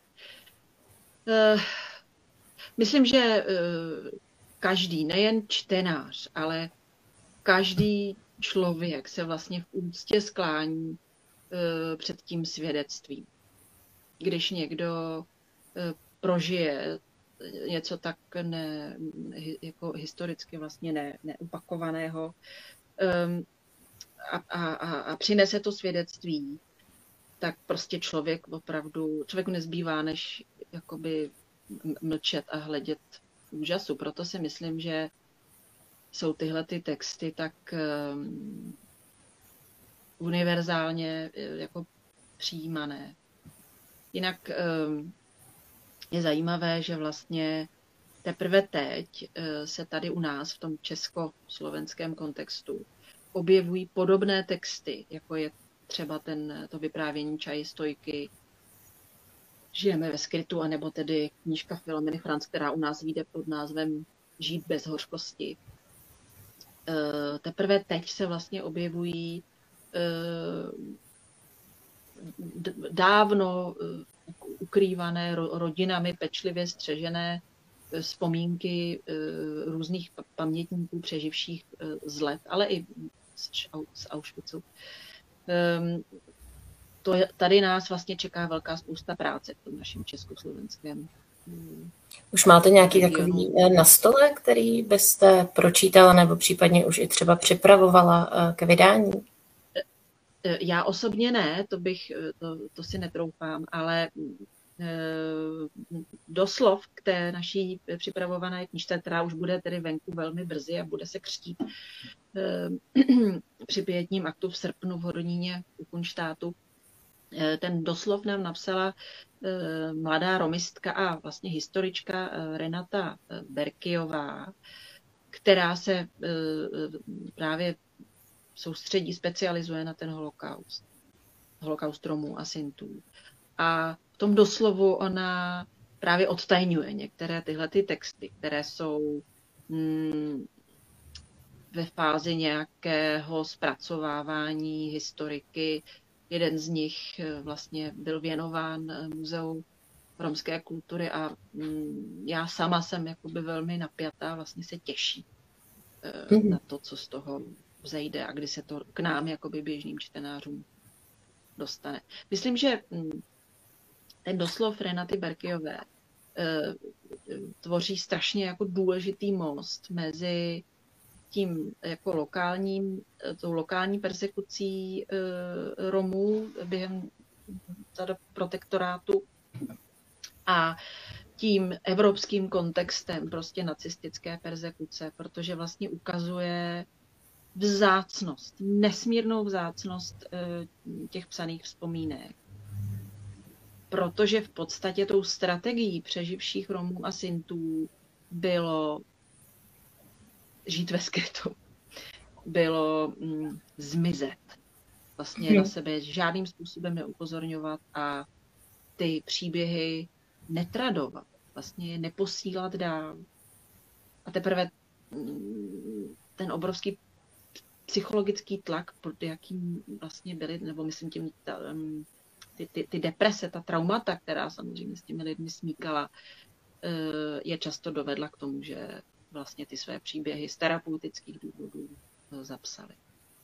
Myslím, že každý, nejen čtenář, ale každý člověk se vlastně v úctě sklání před tím svědectvím. Když někdo prožije něco tak jako historicky vlastně neopakovaného a přinese to svědectví, tak prostě člověku nezbývá, než jakoby mlčet a hledět úžasu. Proto si myslím, že jsou tyhle ty texty tak univerzálně jako přijímané. Jinak je zajímavé, že vlastně teprve teď se tady u nás v tom československém kontextu objevují podobné texty, jako je třeba to vyprávění Čaji Stojky, Žijeme ve skrytu, anebo tedy knížka Filomeny Franc, která u nás vyjde pod názvem Žít bez hořkosti. Teprve teď se vlastně objevují dávno ukrývané rodinami pečlivě střežené vzpomínky různých pamětníků přeživších z let, ale i z Auschwitzu. Tady nás vlastně čeká velká spousta práce v tom našem československém. Už máte nějaký takový na stole, který byste pročítala nebo případně už i třeba připravovala k vydání? Já osobně ne, to si netroufám, ale doslov k té naší připravované knížce, která už bude tedy venku velmi brzy a bude se křtít při pietním aktu v srpnu v Hodoníně u Kunštátu. Ten doslov nám napsala mladá romistka a vlastně historička Renata Berkyová, která se právě soustředí, specializuje na ten holokaust Romů a Sintů. A v tom doslovu ona právě odtajňuje některé tyhle ty texty, které jsou ve fázi nějakého zpracovávání historiky. Jeden z nich vlastně byl věnován Muzeu romské kultury a já sama jsem jakoby velmi napjatá, vlastně se těší na to, co z toho vzejde a kdy se to k nám jakoby běžným čtenářům dostane. Myslím, že ten doslov Renaty Berkyové tvoří strašně jako důležitý most mezi tím jako tou lokální persekucí Romů během protektorátu a tím evropským kontextem prostě nacistické persekuce, protože vlastně ukazuje vzácnost, nesmírnou vzácnost těch psaných vzpomínek. Protože v podstatě tou strategií přeživších Romů a Sintů bylo žít ve skrytu, bylo zmizet, vlastně na sebe žádným způsobem neupozorňovat a ty příběhy netradovat, vlastně je neposílat dál. A teprve ten obrovský psychologický tlak, pod jakým vlastně byly, nebo myslím tím ty deprese, ta traumata, která samozřejmě s těmi lidmi smíkala, je často dovedla k tomu, že vlastně ty své příběhy z terapeutických důvodů zapsali.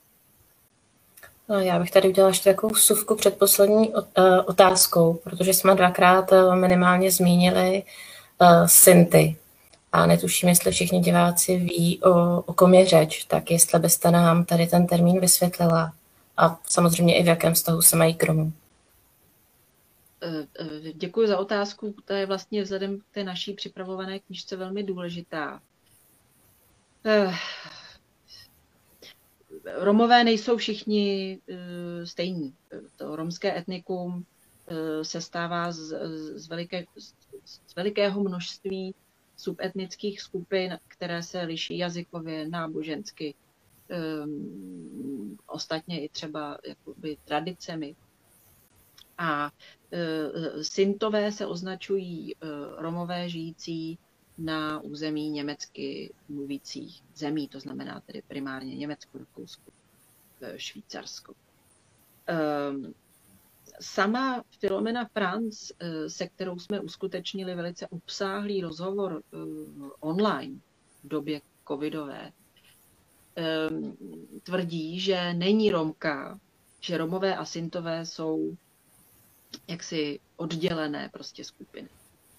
No, já bych tady udělala ještě takovou vsuvku před poslední otázkou, protože jsme dvakrát minimálně zmínili Sinty. A netuším, jestli všichni diváci ví, o kom je řeč, tak jestli byste nám tady ten termín vysvětlila. A samozřejmě i v jakém vztahu se mají k Romům. Děkuji za otázku. To je vlastně vzhledem k té naší připravované knížce velmi důležitá. Romové nejsou všichni stejní. To romské etnikum se stává z velikého množství subetnických skupin, které se liší jazykově, nábožensky, ostatně i třeba jakoby tradicemi. A Sintové se označují Romové žijící na území německy mluvících zemí, to znamená tedy primárně Německo, Rakousko, Švýcarsko. Sama Filomena Franz, se kterou jsme uskutečnili velice obsáhlý rozhovor online v době covidové, tvrdí, že není Romka, že Romové a Sintové jsou jaksi oddělené prostě skupiny.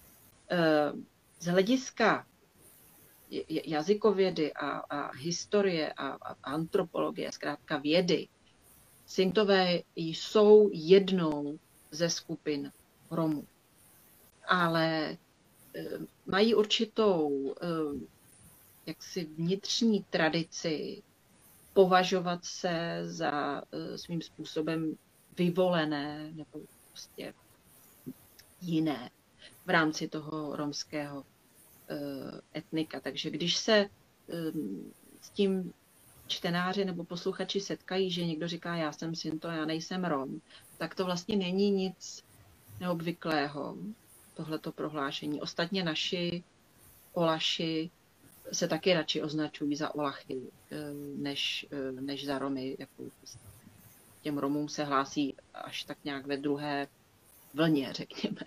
Z hlediska jazykovědy a historie a antropologie, zkrátka vědy, Sintové jsou jednou ze skupin Romů, ale mají určitou jaksi vnitřní tradici považovat se za svým způsobem vyvolené nebo prostě jiné v rámci toho romského etnika. Takže když se s tím čtenáři nebo posluchači setkají, že někdo říká, já jsem Sinto, já nejsem Rom, tak to vlastně není nic neobvyklého, tohleto prohlášení. Ostatně naši Olaši se taky radši označují za Olachy, než za Romy. Jako těm Romům se hlásí až tak nějak ve druhé vlně, řekněme.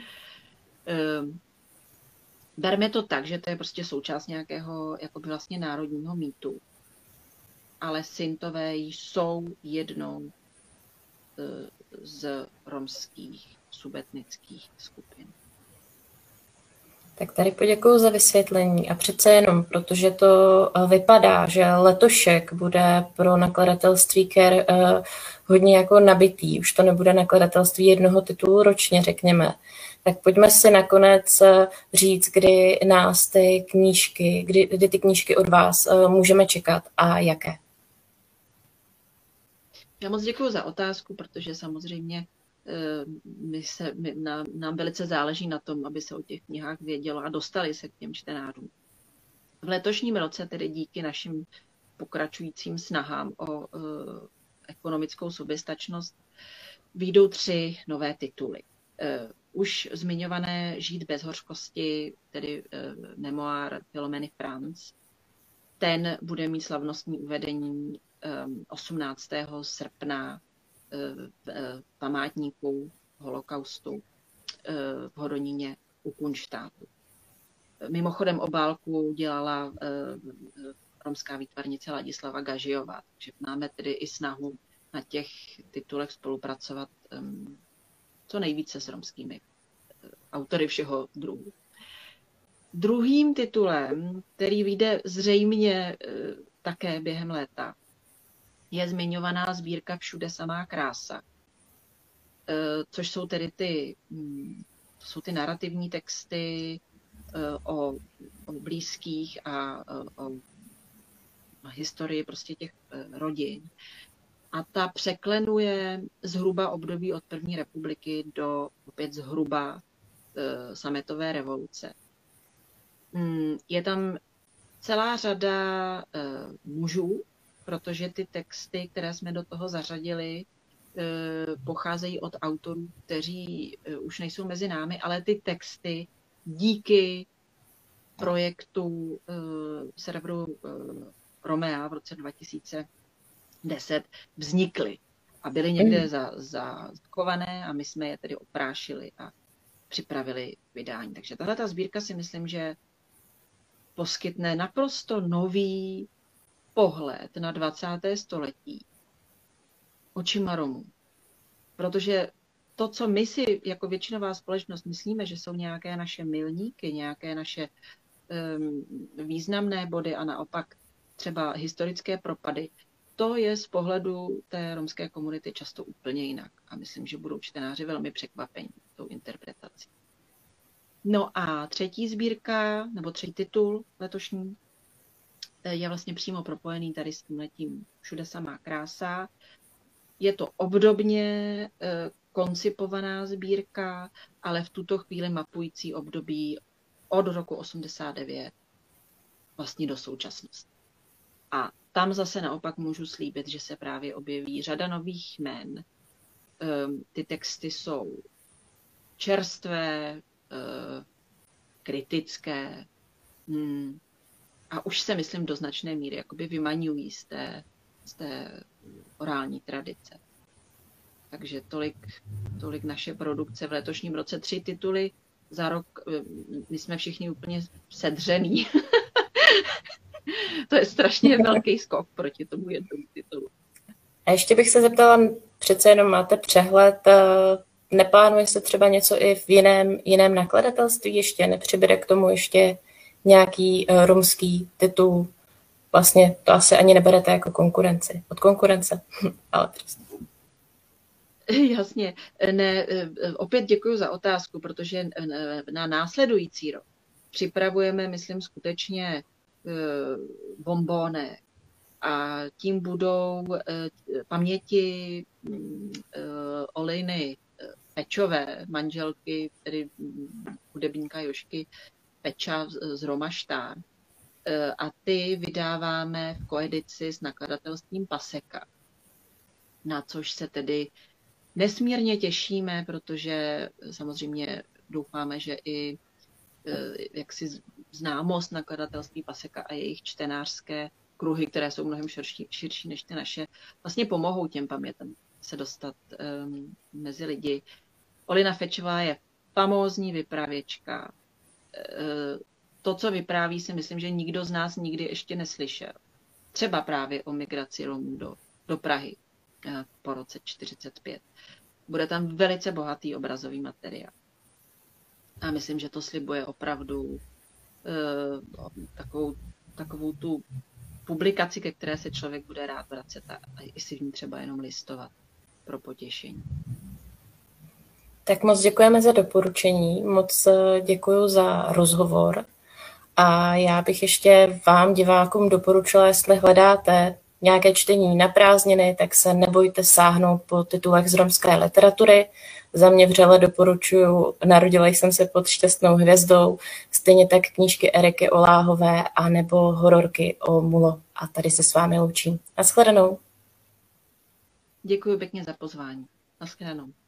Berme to tak, že to je prostě součást nějakého jakoby vlastně národního mýtu. Ale Sintové jsou jednou z romských subetnických skupin. Tak tady poděkuju za vysvětlení a přece jenom, protože to vypadá, že letošek bude pro nakladatelství KER hodně jako nabitý, už to nebude nakladatelství jednoho titulu ročně, řekněme. Tak pojďme si nakonec říct, kdy nás ty knížky, kdy ty knížky od vás můžeme čekat a jaké. Já moc děkuji za otázku, protože samozřejmě nám velice záleží na tom, aby se o těch knihách vědělo a dostali se k těm čtenářům. V letošním roce tedy díky našim pokračujícím snahám o ekonomickou soběstačnost vyjdou 3 nové tituly. Už zmiňované Žít bez hořkosti, tedy memoár Filomeny Franz, ten bude mít slavnostní uvedení 18. srpna v památníku holokaustu v Hodoníně u Kunštátu. Mimochodem obálku dělala romská výtvarnice Ladislava Gažijová, takže máme tedy i snahu na těch titulech spolupracovat co nejvíce s romskými autory všeho druhu. Druhým titulem, který vyjde zřejmě také během léta, je zmiňovaná sbírka Všude samá krása, což jsou tedy ty narrativní texty o blízkých a o historii prostě těch rodin. A ta překlenuje zhruba období od první republiky do opět zhruba sametové revoluce. Je tam celá řada mužů, protože ty texty, které jsme do toho zařadili, pocházejí od autorů, kteří už nejsou mezi námi, ale ty texty díky projektu serveru Romea v roce 2010 vznikly a byly někde zachované a my jsme je tedy oprášili a připravili vydání. Takže tahle sbírka si myslím, že poskytne naprosto nový pohled na 20. století očima Romů. Protože to, co my si jako většinová společnost myslíme, že jsou nějaké naše milníky, nějaké naše významné body a naopak třeba historické propady, to je z pohledu té romské komunity často úplně jinak. A myslím, že budou čtenáři velmi překvapení tou interpretací. No a třetí sbírka, nebo třetí titul letošní, je vlastně přímo propojený tady s tímhletím Všude samá krása. Je to obdobně koncipovaná sbírka, ale v tuto chvíli mapující období od roku 89 vlastně do současnosti. A tam zase naopak můžu slíbit, že se právě objeví řada nových jmen. Ty texty jsou čerstvé, kritické a už se, myslím, do značné míry jakoby vymaňují z té orální tradice. Takže tolik naše produkce v letošním roce. 3 tituly za rok, my jsme všichni úplně sedřený. To je strašně velký skok proti tomu jednomu titulu. A ještě bych se zeptala, přece jenom máte přehled, neplánuje se třeba něco i v jiném nakladatelství ještě? Nepřibude k tomu ještě nějaký romský titul? Vlastně to asi ani neberete jako konkurenci. Od konkurence, ale prostě. Jasně. Ne, opět děkuji za otázku, protože na následující rok připravujeme, myslím, skutečně bombóny. A tím budou paměti Olejny Pečové, manželky, tedy hudebníka Jožky Peča z Romaštár. A ty vydáváme v koedici s nakladatelstvím Paseka, na což se tedy nesmírně těšíme, protože samozřejmě doufáme, že i jaksi známost nakladatelství Paseka a jejich čtenářské kruhy, které jsou mnohem širší než ty naše, vlastně pomohou těm pamětem se dostat mezi lidi. Olina Fečová je famózní vypravěčka. To, co vypráví, si myslím, že nikdo z nás nikdy ještě neslyšel. Třeba právě o migraci Romů do Prahy po roce 1945. Bude tam velice bohatý obrazový materiál. A myslím, že to slibuje opravdu takovou tu publikaci, ke které se člověk bude rád vracet a i si v ní třeba jenom listovat pro potěšení. Tak moc děkujeme za doporučení, moc děkuji za rozhovor a já bych ještě vám, divákům, doporučila, jestli hledáte nějaké čtení na prázdniny, tak se nebojte sáhnout po titulech z romské literatury. Za mě vřele doporučuji Narodila jsem se pod šťastnou hvězdou, stejně tak knížky Eriky Oláhové a nebo hororky o Mulo. A tady se s vámi loučím. Naschledanou. Děkuji pěkně za pozvání. Naschledanou.